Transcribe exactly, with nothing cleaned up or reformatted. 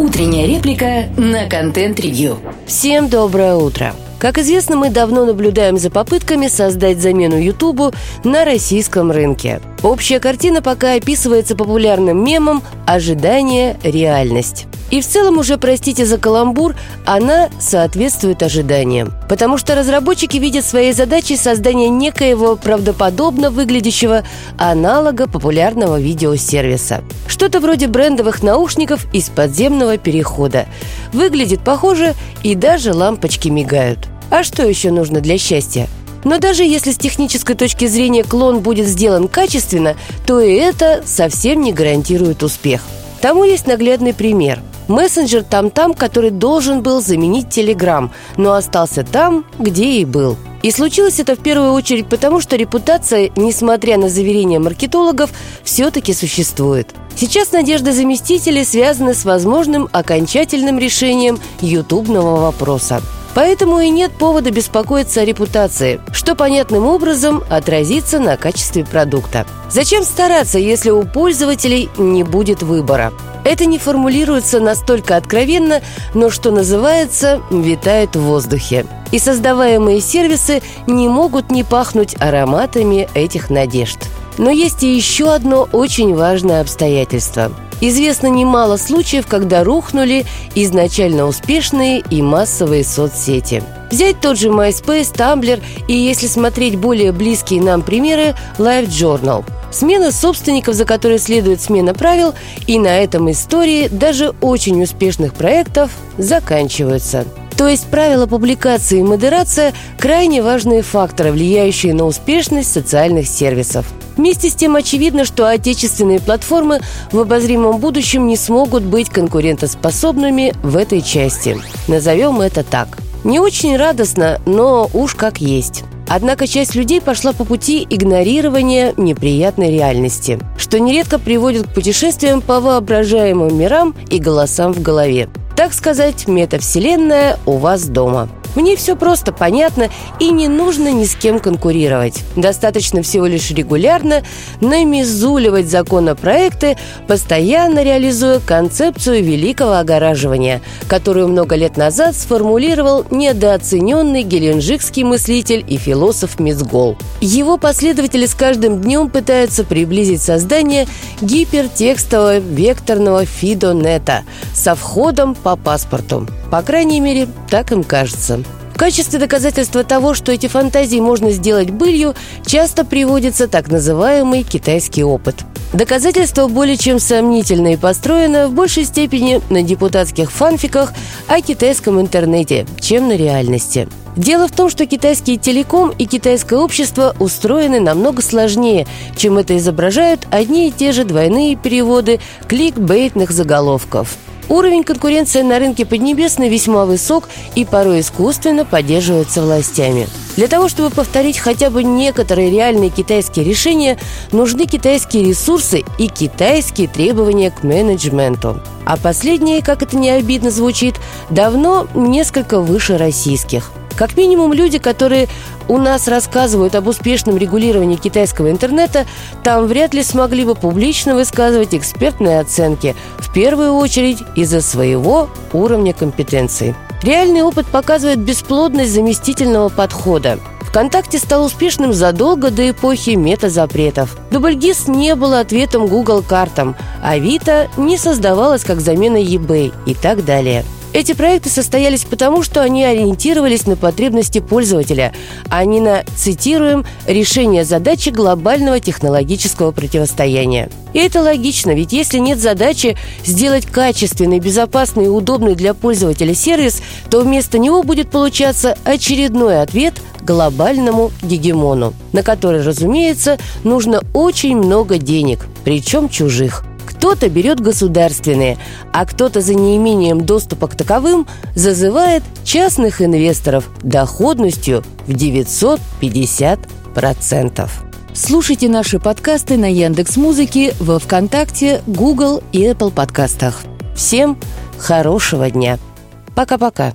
Утренняя реплика на контент-ревью. Всем доброе утро. Как известно, мы давно наблюдаем за попытками создать замену Ютубу на российском рынке. Общая картина пока описывается популярным мемом «Ожидание – реальность». И в целом уже, простите за каламбур, она соответствует ожиданиям. Потому что разработчики видят своей задачей создание некоего правдоподобно выглядящего аналога популярного видеосервиса. Что-то вроде брендовых наушников из подземного перехода. Выглядит похоже, и даже лампочки мигают. А что еще нужно для счастья? Но даже если с технической точки зрения клон будет сделан качественно, то и это совсем не гарантирует успех. Тому есть наглядный пример. Мессенджер Там-Там, который должен был заменить Телеграм, но остался там, где и был. И случилось это в первую очередь потому, что репутация, несмотря на заверения маркетологов, все-таки существует. Сейчас надежды заместителей связаны с возможным окончательным решением ютубного вопроса. Поэтому и нет повода беспокоиться о репутации, что понятным образом отразится на качестве продукта. Зачем стараться, если у пользователей не будет выбора? Это не формулируется настолько откровенно, но, что называется, витает в воздухе. И создаваемые сервисы не могут не пахнуть ароматами этих надежд. Но есть и еще одно очень важное обстоятельство. Известно немало случаев, когда рухнули изначально успешные и массовые соцсети. Взять тот же MySpace, Tumblr и, если смотреть более близкие нам примеры, LiveJournal. Смена собственников, за которой следует смена правил, и на этом истории даже очень успешных проектов заканчиваются. То есть правила публикации и модерация – крайне важные факторы, влияющие на успешность социальных сервисов. Вместе с тем очевидно, что отечественные платформы в обозримом будущем не смогут быть конкурентоспособными в этой части. Назовем это так. Не очень радостно, но уж как есть. Однако часть людей пошла по пути игнорирования неприятной реальности, что нередко приводит к путешествиям по воображаемым мирам и голосам в голове. Так сказать, метавселенная у вас дома. В ней все просто понятно, и не нужно ни с кем конкурировать. Достаточно всего лишь регулярно намизуливать законопроекты, постоянно реализуя концепцию великого огораживания, которую много лет назад сформулировал недооцененный геленджикский мыслитель и философ Мизгол. Его последователи с каждым днем пытаются приблизить создание гипертекстового векторного фидонета со входом по паспорту. По крайней мере, так им кажется. В качестве доказательства того, что эти фантазии можно сделать былью, часто приводится так называемый китайский опыт. Доказательство более чем сомнительное и построено в большей степени на депутатских фанфиках о китайском интернете, чем на реальности. Дело в том, что китайский телеком и китайское общество устроены намного сложнее, чем это изображают одни и те же двойные переводы кликбейтных заголовков. Уровень конкуренции на рынке Поднебесной весьма высок и порой искусственно поддерживается властями. Для того, чтобы повторить хотя бы некоторые реальные китайские решения, нужны китайские ресурсы и китайские требования к менеджменту. А последние, как это не обидно звучит, давно несколько выше российских. Как минимум, люди, которые у нас рассказывают об успешном регулировании китайского интернета, там вряд ли смогли бы публично высказывать экспертные оценки, в первую очередь из-за своего уровня компетенции. Реальный опыт показывает бесплодность заместительного подхода. ВКонтакте стал успешным задолго до эпохи метазапретов. Дубльгиз не был ответом Google картам, Авито не создавалось как замена eBay и так далее. Эти проекты состоялись потому, что они ориентировались на потребности пользователя, а не на, цитируем, «решение задачи глобального технологического противостояния». И это логично, ведь если нет задачи сделать качественный, безопасный и удобный для пользователя сервис, то вместо него будет получаться очередной ответ глобальному гегемону, на который, разумеется, нужно очень много денег, причем чужих. Кто-то берет государственные, а кто-то за неимением доступа к таковым зазывает частных инвесторов доходностью в девятьсот пятьдесят процентов. Слушайте наши подкасты на Яндекс.Музыке, во ВКонтакте, Google и Apple подкастах. Всем хорошего дня. Пока-пока.